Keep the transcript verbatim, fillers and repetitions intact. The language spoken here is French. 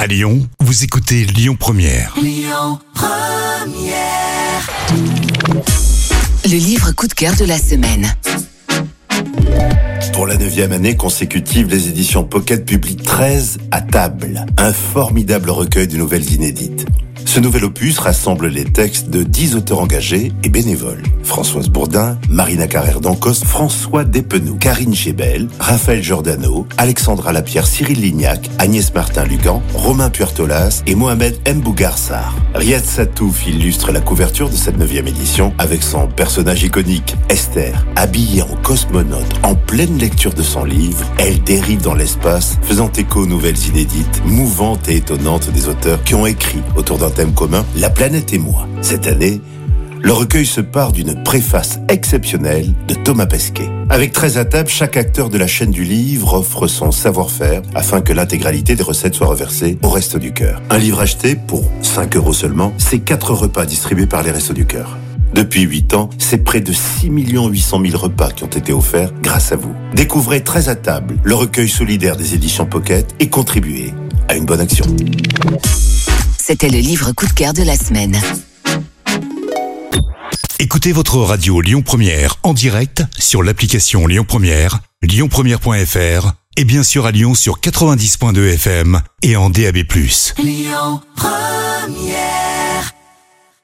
À Lyon, vous écoutez Lyon Première. Lyon Première. Le livre coup de cœur de la semaine. Pour la neuvième année consécutive, les éditions Pocket publient treize à table, un formidable recueil de nouvelles inédites. Ce nouvel opus rassemble les textes de dix auteurs engagés et bénévoles. Françoise Bourdin, Marina Carrère d'Ancos, François Despenoux, Karine Gébel, Raphaël Giordano, Alexandra Lapierre, Cyril Lignac, Agnès Martin-Lugan, Romain Puertolas et Mohamed Mbougarsar. Riyad Satouf illustre la couverture de cette neuvième édition avec son personnage iconique, Esther. Habillée en cosmonaute, en pleine lecture de son livre, elle dérive dans l'espace, faisant écho aux nouvelles inédites, mouvantes et étonnantes des auteurs qui ont écrit autour d'un thème commun, la planète et moi. Cette année, le recueil se part d'une préface exceptionnelle de Thomas Pesquet. Avec treize à table, chaque acteur de la chaîne du livre offre son savoir-faire afin que l'intégralité des recettes soit reversée au Restos du Cœur. Un livre acheté pour cinq euros seulement, c'est quatre repas distribués par les Restos du Cœur. Depuis huit ans, c'est près de six millions huit cent mille repas qui ont été offerts grâce à vous. Découvrez treize à table, le recueil solidaire des éditions Pocket et contribuez à une bonne action. C'était le livre coup de cœur de la semaine. Écoutez votre radio Lyon Première en direct sur l'application Lyon Première, lyon première point f r et bien sûr à Lyon sur quatre-vingt-dix point deux F M et en D A B plus. Lyon Première.